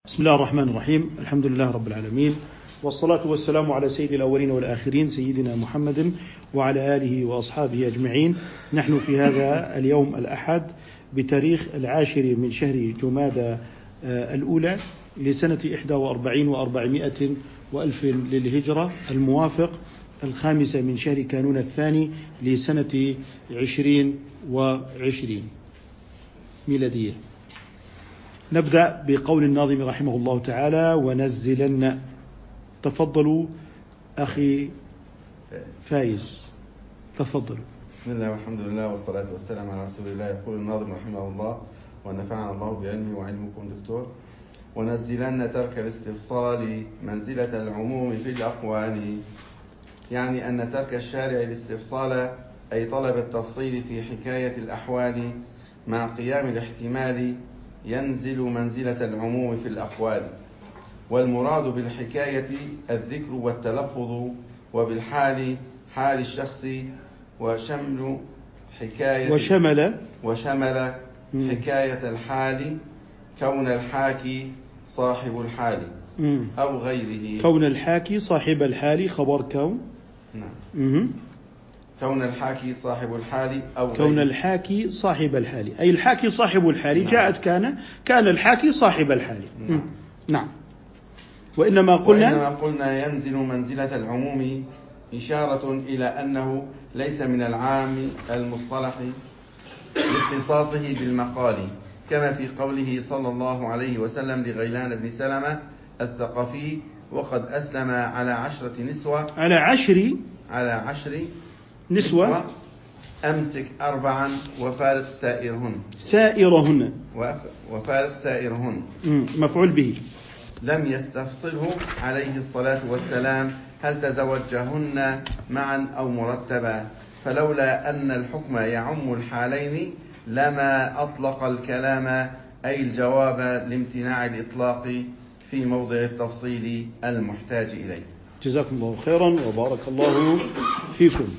بسم الله الرحمن الرحيم. الحمد لله رب العالمين، والصلاة والسلام على سيد الأولين والآخرين سيدنا محمد وعلى آله وأصحابه أجمعين. نحن في هذا اليوم الأحد بتاريخ 10 من شهر جمادى الأولى لسنة 41 و400 وألف للهجرة، الموافق 5 من شهر كانون الثاني لسنة 2020 ميلادية. نبدأ بقول الناظم رحمه الله تعالى: ونزلن. تفضلوا أخي فايز، تفضلوا. بسم الله والحمد لله والصلاة والسلام على رسول الله. يقول الناظم رحمه الله ونفعنا الله بعلمه وعلمكم دكتور: ونزلن ترك الاستفصال منزلة العموم في الأقوال. يعني أن ترك الشارع الاستفصال أي طلب التفصيل في حكاية الأحوال مع قيام الاحتمال ينزل منزلة العموم في الأقوال. والمراد بالحكاية الذكر والتلفظ، وبالحال حال الشخص، وشمل حكاية الحال كون الحاكي صاحب الحال أو غيره. كون الحاكي صاحب الحال خبر كون. نعم. كون الحاكي صاحب الحال أو غيره. كون الحاكي صاحب الحال أي الحاكي صاحب الحال. نعم. جاءت كان الحاكي صاحب الحال. نعم. وإنما قلنا ينزل منزلة العموم إشارة إلى أنه ليس من العام المصطلح لاختصاصه بالمقال، كما في قوله صلى الله عليه وسلم لغيلان بن سلمة الثقفي: وقد أسلم على 10 نسوة. على 10 نسوة أمسك 4 وفارق سائرهن. مفعول به. لم يستفصله عليه الصلاة والسلام هل تزوجهن معا أو مرتبا، فلولا أن الحكم يعم الحالين لما أطلق الكلام، أي الجواب لامتناع الإطلاق في موضع التفصيل المحتاج إليه. جزاكم الله خيرا وبارك الله فيكم.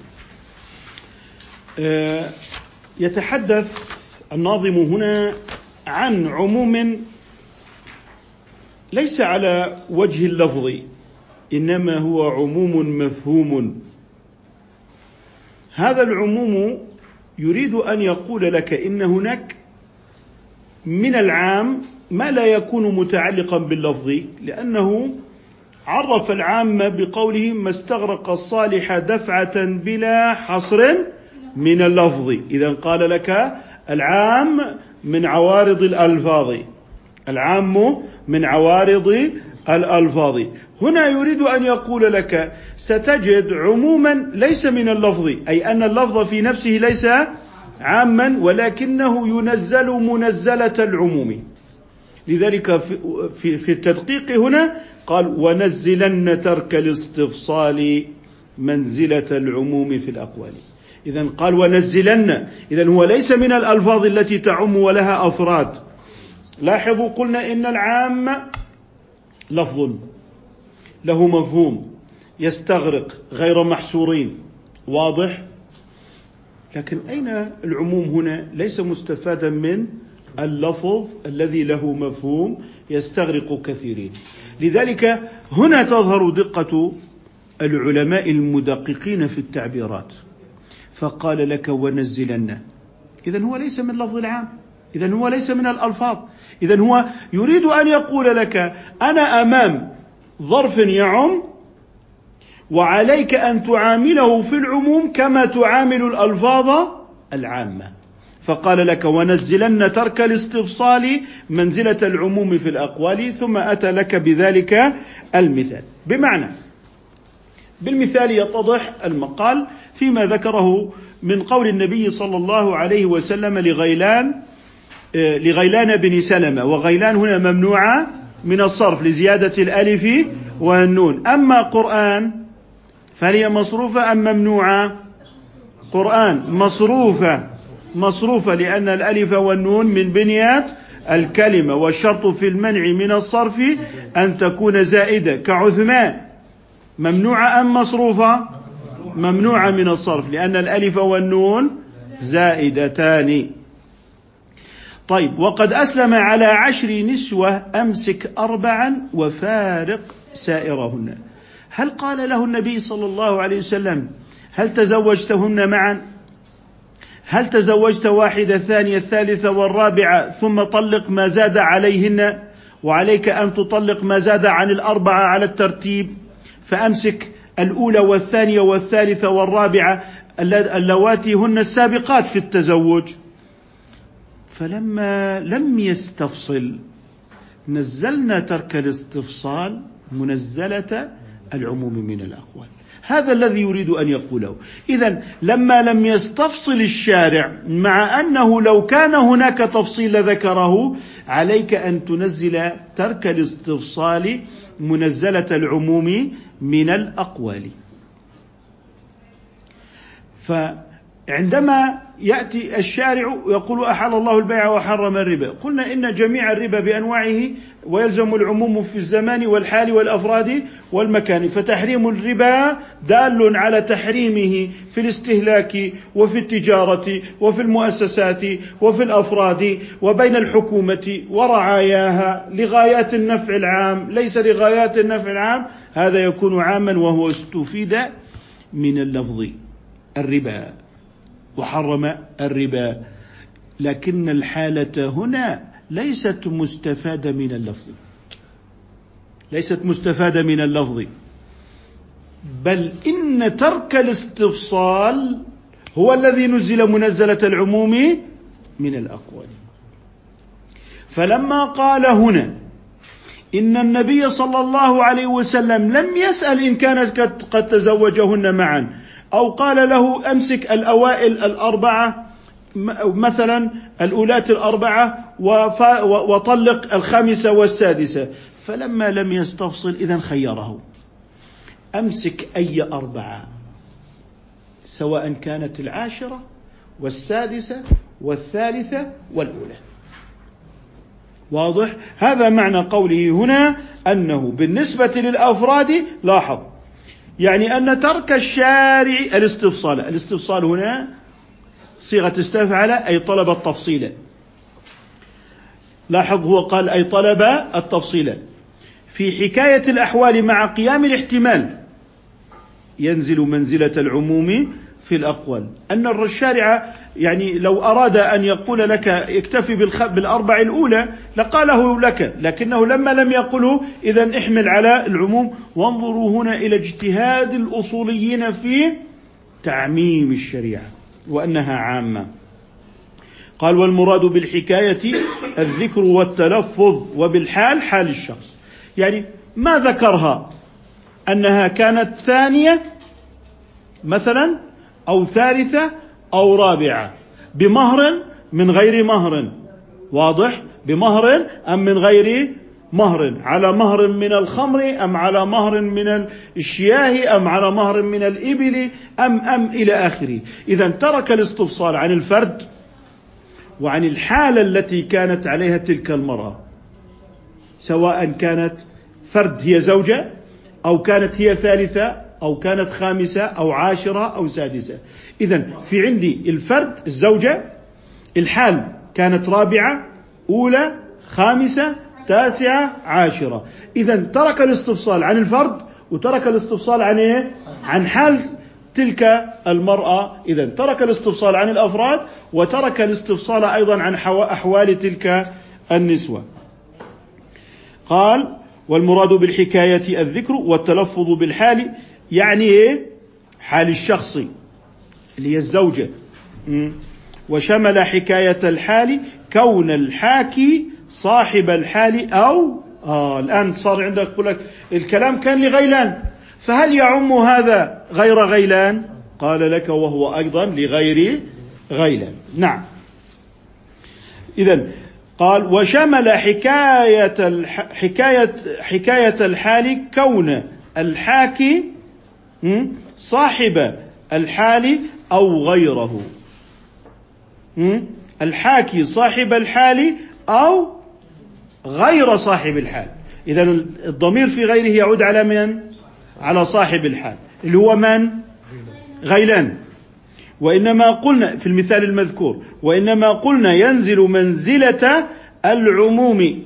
يتحدث الناظم هنا عن عموم ليس على وجه اللفظ، إنما هو عموم مفهوم. هذا العموم يريد أن يقول لك إن هناك من العام ما لا يكون متعلقا باللفظ، لأنه عرف العام بقوله: ما استغرق الصالح دفعة بلا حصر من اللفظ. إذن قال لك العام من عوارض الألفاظ، العام من عوارض الألفاظ. هنا يريد أن يقول لك ستجد عموما ليس من اللفظ، أي أن اللفظ في نفسه ليس عاما، ولكنه ينزل منزلة العموم. لذلك في التدقيق هنا قال: ونزلن ترك الاستفصال منزلة العموم في الأقوال. إذن قال ونزلن، إذن هو ليس من الألفاظ التي تعم ولها أفراد. لاحظوا قلنا إن العام لفظ له مفهوم يستغرق غير محصورين، واضح؟ لكن أين العموم هنا؟ ليس مستفادا من اللفظ الذي له مفهوم يستغرق كثيرين. لذلك هنا تظهر دقة العلماء المدققين في التعبيرات، فقال لك ونزلن، إذن هو ليس من لفظ العام، إذن هو ليس من الألفاظ. إذن هو يريد أن يقول لك أنا أمام ظرف يعم، وعليك أن تعامله في العموم كما تعامل الألفاظ العامة. فقال لك ونزلن ترك الاستفصال منزلة العموم في الأقوال، ثم أتى لك بذلك المثال. بمعنى بالمثال يتضح المقال فيما ذكره من قول النبي صلى الله عليه وسلم لغيلان بن سلمة، وغيلان هنا ممنوعة من الصرف لزيادة الألف والنون. أما قرآن فهي مصروفة أم ممنوعة؟ قرآن مصروفة لأن الألف والنون من بنيات الكلمة، والشرط في المنع من الصرف أن تكون زائدة. كعثمان ممنوعة أم مصروفة؟ ممنوعة من الصرف لأن الألف والنون زائدتان. طيب وقد أسلم على 10 نسوة أمسك 4 وفارق سائرهن. هل قال له النبي صلى الله عليه وسلم هل تزوجتهن معا؟ هل تزوجت واحدة الثانية الثالثة والرابعة ثم طلق ما زاد عليهن، وعليك أن تطلق ما زاد عن 4 على الترتيب، فأمسك 1 والثانية والثالثة والرابعة اللواتي هن السابقات في التزوج. فلما لم يستفصل نزلنا ترك الاستفصال منزلة العموم من الأقوال. هذا الذي يريد أن يقوله. إذن لما لم يستفصل الشارع، مع أنه لو كان هناك تفصيل لذكره، عليك أن تنزل ترك الاستفصال منزلة العموم من الأقوال. فعندما يأتي الشارع يقول أحل الله البيع وحرم الربا، قلنا إن جميع الربا بأنواعه ويلزم العموم في الزمان والحال والأفراد والمكان، فتحريم الربا دال على تحريمه في الاستهلاك وفي التجارة وفي المؤسسات وفي الأفراد وبين الحكومة ورعاياها لغايات النفع العام ليس لغايات النفع العام. هذا يكون عاما وهو استفيد من اللفظ الربا وحرم الربا، لكن الحالة هنا ليست مستفادة من اللفظ، ليست مستفادة من اللفظ، بل إن ترك الاستفصال هو الذي نزل منزلة العموم من الأقوال. فلما قال هنا إن النبي صلى الله عليه وسلم لم يسأل إن كانت قد تزوجهن معا، أو قال له أمسك الأوائل 4 مثلا الأولات 4 وطلق 5 والسادسة، فلما لم يستفصل إذن خيره أمسك أي 4 سواء كانت 10 والسادسة والثالثة والأولى. واضح؟ هذا معنى قوله هنا أنه بالنسبة للأفراد لاحظ يعني أن ترك الشارع الاستفصال هنا صيغة استفعل أي طلب التفصيل. لاحظ هو قال أي طلب التفصيل في حكاية الأحوال مع قيام الاحتمال ينزل منزلة العموم في الأقوال. أن الشارع يعني لو أراد أن يقول لك اكتفي بال4 الأولى لقاله لك، لكنه لما لم يقله إذن احمل على العموم. وانظروا هنا إلى اجتهاد الأصوليين في تعميم الشريعة وأنها عامة. قال والمراد بالحكاية الذكر والتلفظ، وبالحال حال الشخص، يعني ما ذكرها أنها كانت ثانية مثلا أو ثالثة أو رابعة بمهر من غير مهر، واضح؟ بمهر أم من غير مهر، على مهر من الخمر أم على مهر من الشياه أم على مهر من الإبل أم إلى آخره. إذن ترك الاستفصال عن الفرد وعن الحالة التي كانت عليها تلك المرأة، سواء كانت فرد هي زوجة أو كانت هي ثالثة أو كانت 5 أو 10 أو 6. إذن في عندي الفرد الزوجة، الحال كانت 4 أولى 5 9 10. إذن ترك الاستفصال عن الفرد وترك الاستفصال عن إيه؟ عن حال تلك المرأة. إذن ترك الاستفصال عن الأفراد وترك الاستفصال أيضا عن أحوال تلك النسوة. قال والمراد بالحكاية الذكر والتلفظ بالحال، يعني إيه؟ حال الشخص اللي هي الزوجة. وشمل حكاية الحال كون الحاكي صاحب الحال أو الآن صار عندك يقول لك الكلام كان لغيلان، فهل يعم هذا غير غيلان؟ قال لك وهو أيضا لغير غيلان. نعم. إذن قال وشمل حكاية الحال كون الحاكي صاحب الحال أو غيره. الحاكي صاحب الحال أو غير صاحب الحال. إذن الضمير في غيره يعود على من؟ على صاحب الحال اللي هو من؟ غيلان. وإنما قلنا في المثال المذكور وإنما قلنا ينزل منزلة العموم.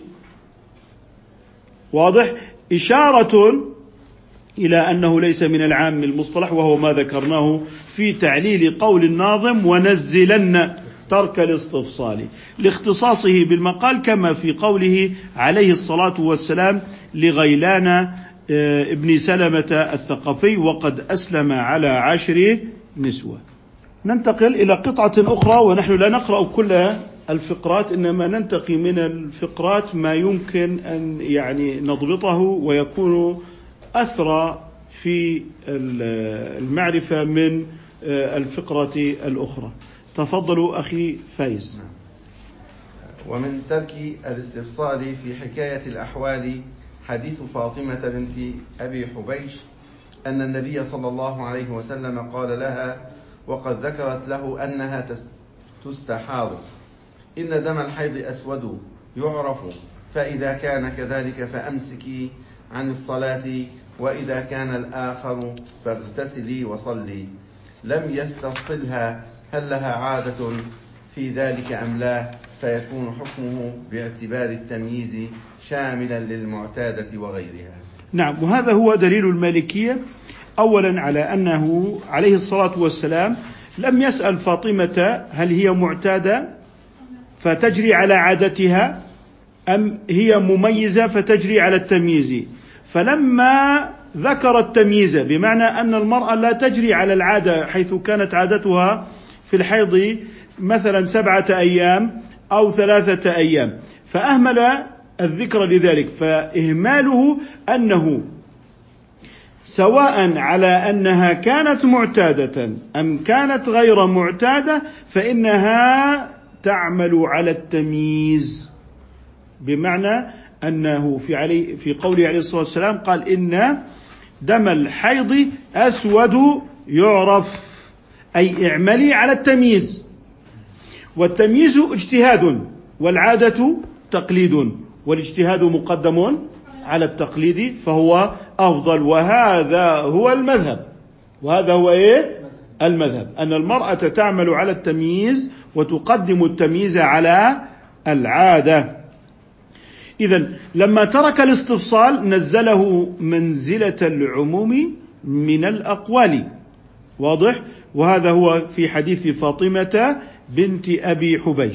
واضح؟ إشارة إلى أنه ليس من العام المصطلح، وهو ما ذكرناه في تعليل قول الناظم ونزلن ترك الاستفصال لاختصاصه بالمقال، كما في قوله عليه الصلاة والسلام لغيلان ابن سلمة الثقفي وقد أسلم على 10 نسوة. ننتقل إلى قطعة أخرى، ونحن لا نقرأ كل الفقرات، إنما ننتقي من الفقرات ما يمكن أن نضبطه ويكون أثرى في المعرفة من الفقرة الأخرى. تفضلوا أخي فايز. ومن ترك الاستفصال في حكاية الأحوال حديث فاطمة بنت أبي حبيش أن النبي صلى الله عليه وسلم قال لها وقد ذكرت له أنها تستحاض: إن دم الحيض أسود يعرف، فإذا كان كذلك فأمسكي عن الصلاة، وإذا كان الآخر فاغتسلي وصلي. لم يستفصلها هل لها عادة في ذلك أم لا، فيكون حكمه باعتبار التمييز شاملا للمعتادة وغيرها. نعم، وهذا هو دليل المالكية أولا على أنه عليه الصلاة والسلام لم يسأل فاطمة هل هي معتادة فتجري على عادتها أم هي مميزة فتجري على التمييز. فلما ذكر التمييز بمعنى أن المرأة لا تجري على العادة، حيث كانت عادتها في الحيض مثلا 7 أيام أو 3 أيام، فأهمل الذكر لذلك. فإهماله أنه سواء على أنها كانت معتادة أم كانت غير معتادة فإنها تعمل على التمييز، بمعنى أنه في قوله عليه الصلاة والسلام قال إن دم الحيض أسود يعرف، أي اعملي على التمييز. والتمييز اجتهاد والعادة تقليد، والاجتهاد مقدم على التقليد فهو أفضل، وهذا هو المذهب. وهذا هو المذهب، أن المرأة تعمل على التمييز وتقدم التمييز على العادة. إذن لما ترك الاستفصال نزله منزلة العموم من الأقوال. واضح؟ وهذا هو في حديث فاطمة بنت أبي حبيش.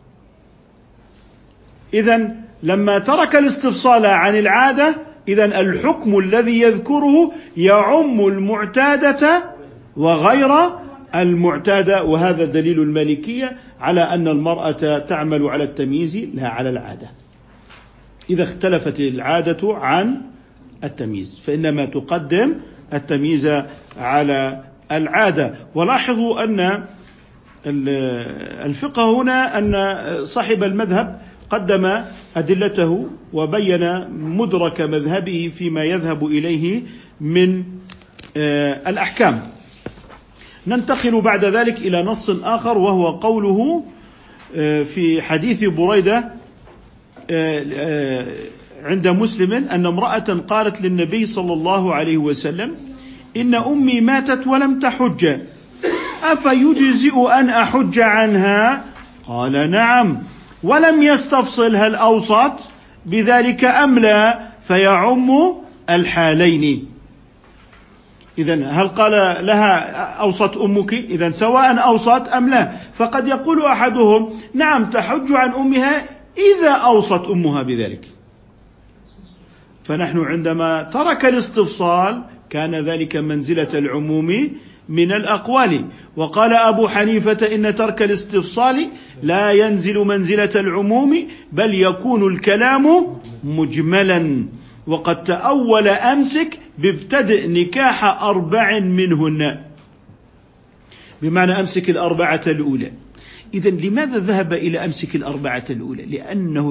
إذن لما ترك الاستفصال عن العادة، إذن الحكم الذي يذكره يعم المعتادة وغير المعتادة، وهذا دليل المالكية على أن المرأة تعمل على التمييز لا على العادة. إذا اختلفت العادة عن التمييز فإنما تقدم التمييز على العادة. ولاحظوا أن الفقه هنا أن صاحب المذهب قدم أدلته وبين مدرك مذهبه فيما يذهب إليه من الأحكام. ننتقل بعد ذلك إلى نص آخر، وهو قوله في حديث بريدة عند مسلم أن امرأة قالت للنبي صلى الله عليه وسلم: إن أمي ماتت ولم تحج، أفيجزئ أن أحج عنها؟ قال: نعم. ولم يستفصل هل أوصت بذلك أم لا، فيعم الحالين. إذن هل قال لها أوصت أمك؟ إذن سواء أوصت أم لا. فقد يقول أحدهم: نعم تحج عن أمها إذا أوصت أمها بذلك. فنحن عندما ترك الاستفصال كان ذلك منزلة العموم من الأقوال. وقال أبو حنيفة إن ترك الاستفصال لا ينزل منزلة العموم، بل يكون الكلام مجملا. وقد تأول أمسك بابتدئ نكاح 4 منهن، بمعنى أمسك 4 الأولى. إذن لماذا ذهب إلى أمسك 4 الأولى؟ لأنه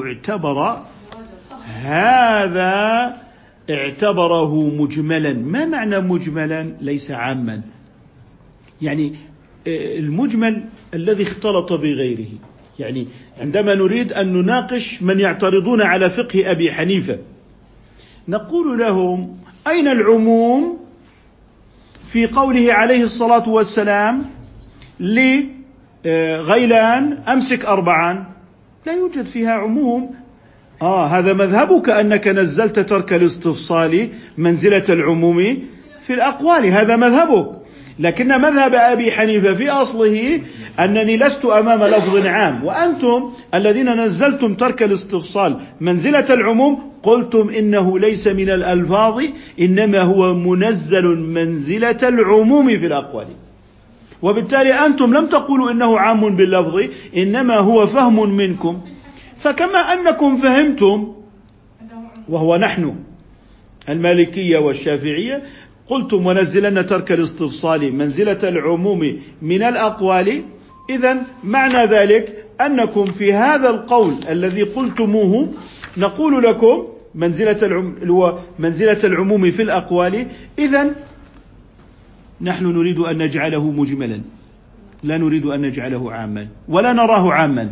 اعتبره مجملا. ما معنى مجملا؟ ليس عاما. يعني المجمل الذي اختلط بغيره. يعني عندما نريد أن نناقش من يعترضون على فقه أبي حنيفة نقول لهم: أين العموم في قوله عليه الصلاة والسلام: لغيلان أمسك 4، لا يوجد فيها عموم. هذا مذهبك أنك نزلت ترك الاستفصال منزلة العموم في الأقوال، هذا مذهبك. لكن مذهب أبي حنيفة في أصله أنني لست أمام لفظ عام، وأنتم الذين نزلتم ترك الاستفصال منزلة العموم قلتم إنه ليس من الألفاظ، إنما هو منزل منزلة العموم في الأقوال. وبالتالي أنتم لم تقولوا إنه عام باللفظ، إنما هو فهم منكم. فكما أنكم فهمتم، وهو نحن المالكية والشافعية، قلتم ونزلن ترك الاستفصال منزلة العموم من الأقوال، إذن معنى ذلك أنكم في هذا القول الذي قلتموه نقول لكم منزلة العموم في الأقوال. إذن نحن نريد أن نجعله مجملا، لا نريد أن نجعله عاما، ولا نراه عاما.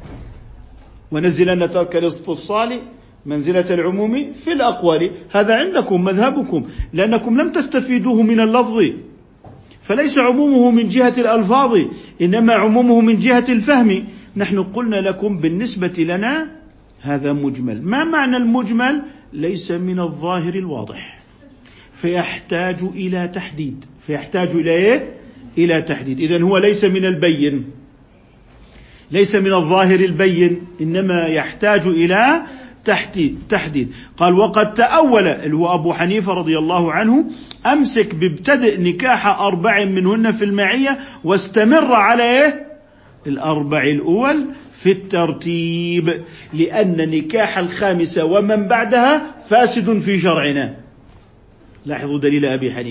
ونزلن ترك الاستفصال منزلة العموم في الأقوال، هذا عندكم مذهبكم، لأنكم لم تستفيدوه من اللفظ، فليس عمومه من جهة الألفاظ، إنما عمومه من جهة الفهم. نحن قلنا لكم بالنسبة لنا هذا مجمل. ما معنى المجمل؟ ليس من الظاهر الواضح، فيحتاج إلى تحديد. إلى تحديد. إذن هو ليس من البين، ليس من الظاهر البين، إنما يحتاج إلى تحديد. قال وقد تأول، اللي هو أبو حنيفة رضي الله عنه، أمسك بابتدئ نكاح 4 منهن في المعية واستمر على 4 الأول في الترتيب، لأن نكاح 5 ومن بعدها فاسد في شرعنا. لاحظوا دليل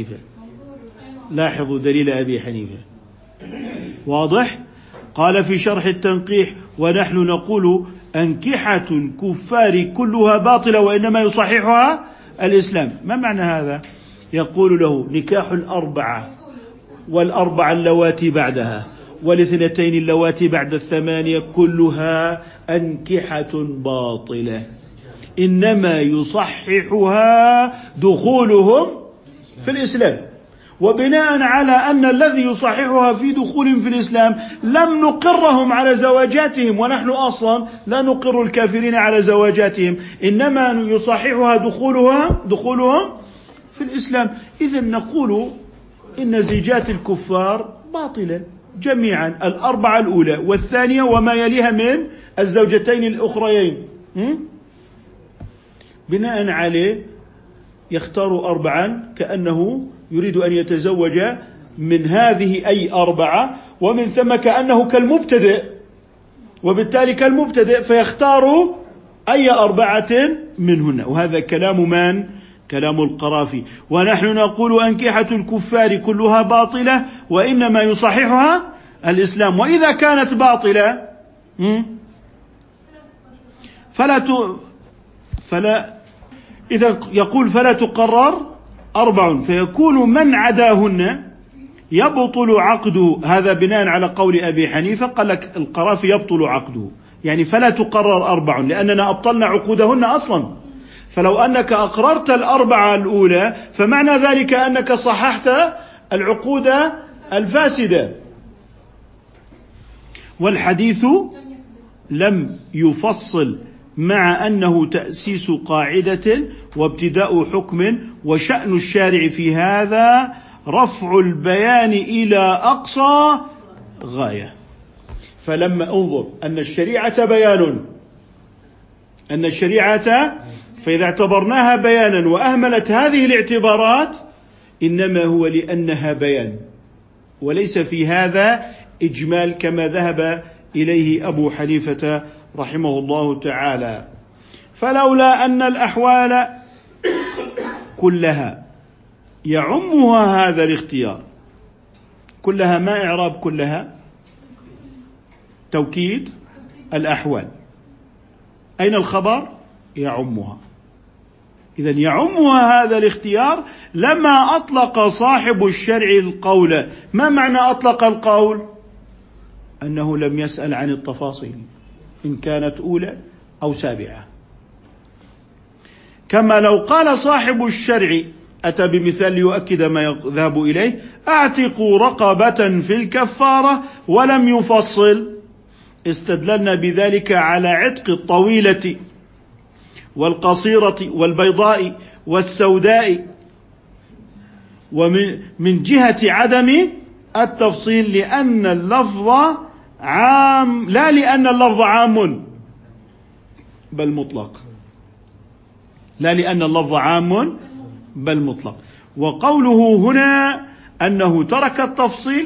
أبي حنيفة، واضح؟ قال في شرح التنقيح: ونحن نقول أنكحة الكفار كلها باطلة وإنما يصححها الإسلام. ما معنى هذا؟ يقول له نكاح 4 وال4 اللواتي بعدها وال2 اللواتي بعد 8 كلها أنكحة باطلة، إنما يصححها دخولهم في الإسلام. وبناء على أن الذي يصححها في دخول في الإسلام لم نقرهم على زواجاتهم، ونحن أصلا لا نقر الكافرين على زواجاتهم، إنما يصححها دخولهم في الإسلام. إذن نقول إن زيجات الكفار باطلة جميعا، 4 الأولى والثانية وما يليها من الزوجتين الأخريين. بناء عليه يختار 4 كأنه يريد أن يتزوج من هذه أي 4، ومن ثم كأنه كالمبتدئ، وبالتالي كالمبتدئ فيختار أي 4 منهن. وهذا كلام من؟ كلام القرافي. ونحن نقول أنكحة الكفار كلها باطلة وإنما يصححها الإسلام. وإذا كانت باطلة إذا يقول فلا تقرر 4، فيكون من عداهن يبطل عقده. هذا بناء على قول أبي حنيفة، قال لك القرافي يبطل عقده، يعني فلا تقرر 4 لأننا أبطلنا عقودهن أصلا. فلو أنك أقررت 4 الأولى فمعنى ذلك أنك صححت العقود الفاسدة. والحديث لم يفصل، مع أنه تأسيس قاعدة وابتداء حكم، وشأن الشارع في هذا رفع البيان إلى أقصى غاية. فلما انظر أن الشريعة بيان، فإذا اعتبرناها بيانا وأهملت هذه الاعتبارات إنما هو لأنها بيان، وليس في هذا إجمال كما ذهب إليه أبو حنيفة رحمه الله تعالى. فلولا أن الأحوال كلها يعمها هذا الاختيار، كلها ما إعراب كلها؟ توكيد الأحوال. أين الخبر؟ يعمها. إذن يعمها هذا الاختيار لما أطلق صاحب الشرع القول. ما معنى أطلق القول؟ أنه لم يسأل عن التفاصيل إن كانت أولى أو سابعة. كما لو قال صاحب الشرع أتى بمثال ليؤكد ما يذهب إليه: أعتقوا رقبة في الكفارة، ولم يفصل. استدللنا بذلك على عتق الطويلة والقصيرة والبيضاء والسوداء، ومن جهة عدم التفصيل لأن اللفظ عام، لا لأن اللفظ عام بل مطلق، لا لأن اللفظ عام بل مطلق. وقوله هنا أنه ترك التفصيل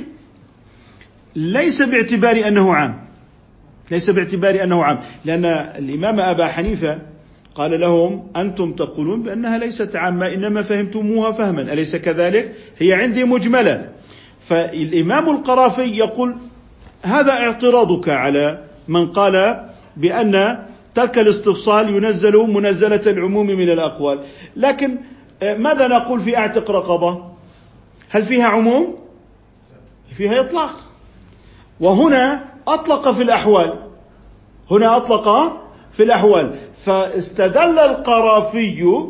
ليس باعتبار أنه عام، ليس باعتبار أنه عام، لأن الإمام أبا حنيفة قال لهم: أنتم تقولون بأنها ليست عامة، إنما فهمتموها فهما، أليس كذلك؟ هي عندي مجملة. فالإمام القرافي يقول: هذا اعتراضك على من قال بأن ترك الاستفصال ينزل منزلة العموم من الأقوال. لكن ماذا نقول في أعتق رقبة؟ هل فيها عموم؟ فيها إطلاق، وهنا أطلق في الأحوال، هنا أطلق في الأحوال. فاستدل القرافي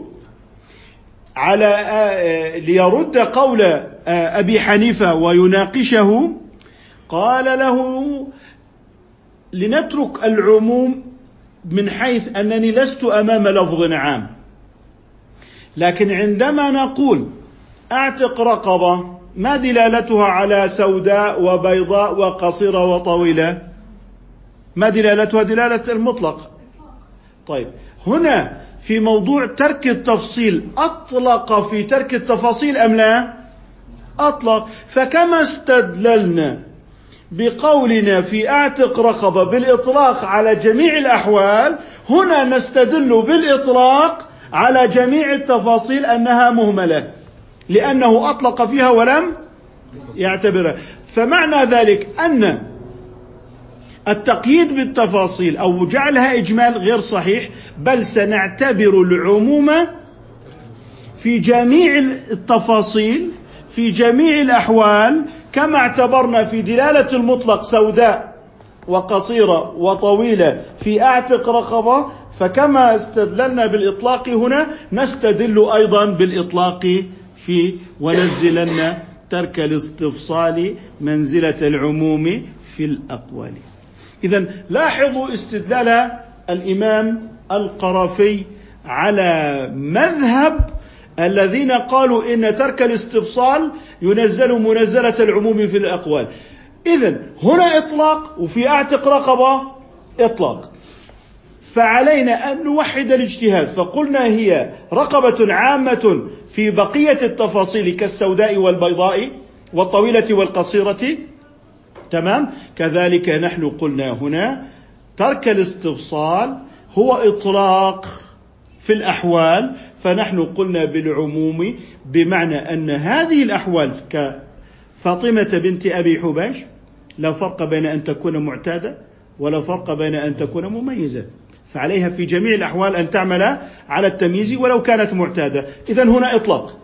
على ليرد قول أبي حنيفة ويناقشه، قال له: لنترك العموم من حيث أنني لست أمام لفظ عام، لكن عندما نقول أعتق رقبة ما دلالتها على سوداء وبيضاء وقصيرة وطويلة؟ ما دلالتها؟ دلالة المطلق. طيب، هنا في موضوع ترك التفصيل أطلق في ترك التفاصيل أم لا؟ أطلق. فكما استدللنا بقولنا في أعتق رقبة بالإطلاق على جميع الأحوال، هنا نستدل بالإطلاق على جميع التفاصيل أنها مهملة، لأنه أطلق فيها ولم يعتبرها. فمعنى ذلك أن التقييد بالتفاصيل أو جعلها إجمال غير صحيح، بل سنعتبر العموم في جميع التفاصيل في جميع الأحوال، كما اعتبرنا في دلالة المطلق سوداء وقصيرة وطويلة في أعتق رقبة، فكما استدللنا بالإطلاق هنا نستدل أيضا بالإطلاق في ونزلن ترك الاستفصال منزلة العموم في الأقوال. إذن لاحظوا استدلال الإمام القرافي على مذهب الذين قالوا إن ترك الاستفصال ينزل منزلة العموم في الأقوال. إذن هنا إطلاق، وفي أعتق رقبة إطلاق، فعلينا أن نوحد الاجتهاد، فقلنا هي رقبة عامة في بقية التفاصيل كالسوداء والبيضاء والطويلة والقصيرة، تمام. كذلك نحن قلنا هنا ترك الاستفصال هو إطلاق في الأحوال، فنحن قلنا بالعموم، بمعنى أن هذه الأحوال كفاطمة بنت أبي حباش لا فرق بين أن تكون معتادة ولا فرق بين أن تكون مميزة، فعليها في جميع الأحوال أن تعمل على التمييز ولو كانت معتادة. إذن هنا إطلاق،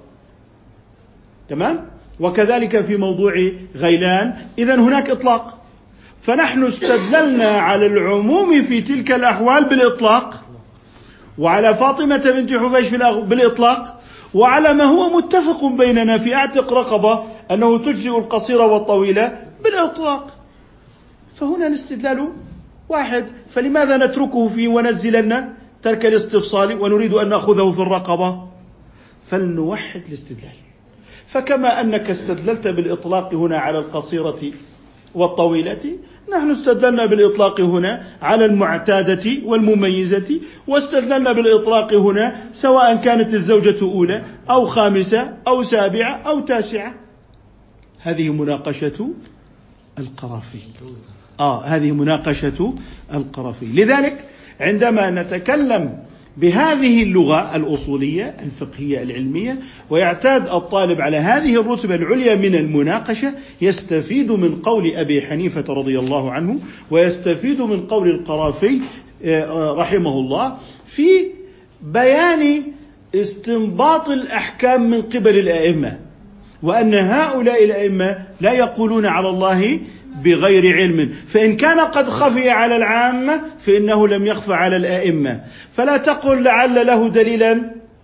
تمام. وكذلك في موضوع غيلان، إذن هناك إطلاق، فنحن استدللنا على العموم في تلك الأحوال بالإطلاق، وعلى فاطمة بنت حبيش بالإطلاق، وعلى ما هو متفق بيننا في أعتق رقبة أنه تجزئ القصيرة والطويلة بالإطلاق. فهنا الاستدلال واحد، فلماذا نتركه في ونزلنا ترك الاستفصال ونريد أن نأخذه في الرقبة؟ فلنوحد الاستدلال. فكما أنك استدللت بالإطلاق هنا على القصيرة والطويلة، نحن استدللنا بالإطلاق هنا على المعتادة والمميزة، واستدللنا بالإطلاق هنا سواء كانت الزوجة أولى أو خامسة أو سابعة أو تاسعة. هذه مناقشة القرافي. هذه مناقشة القرافي. لذلك عندما نتكلم بهذه اللغة الأصولية الفقهية العلمية، ويعتاد الطالب على هذه الرتبة العليا من المناقشة، يستفيد من قول أبي حنيفة رضي الله عنه، ويستفيد من قول القرافي رحمه الله في بيان استنباط الأحكام من قبل الأئمة، وأن هؤلاء الأئمة لا يقولون على الله بغير علم، فإن كان قد خفي على العامة فإنه لم يخف على الأئمة. فلا تقل لعل له دليلا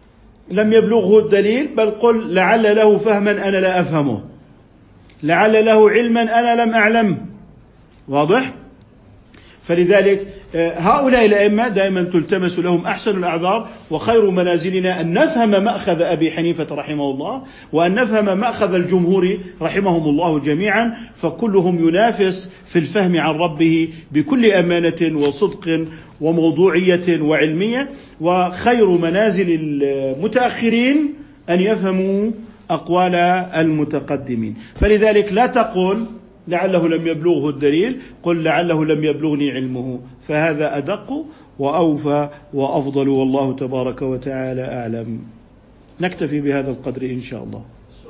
لم يبلغه الدليل، بل قل لعل له فهما أنا لا أفهمه، لعل له علما أنا لم أعلم. واضح؟ فلذلك هؤلاء الأئمة دائما تلتمس لهم أحسن الأعذار، وخير منازلنا أن نفهم مأخذ أبي حنيفة رحمه الله، وأن نفهم مأخذ الجمهور رحمهم الله جميعا، فكلهم ينافس في الفهم عن ربه بكل أمانة وصدق وموضوعية وعلمية. وخير منازل المتأخرين أن يفهموا أقوال المتقدمين. فلذلك لا تقول لعله لم يبلغه الدليل، قل لعله لم يبلغني علمه، فهذا أدق وأوفى وأفضل، والله تبارك وتعالى أعلم. نكتفي بهذا القدر إن شاء الله.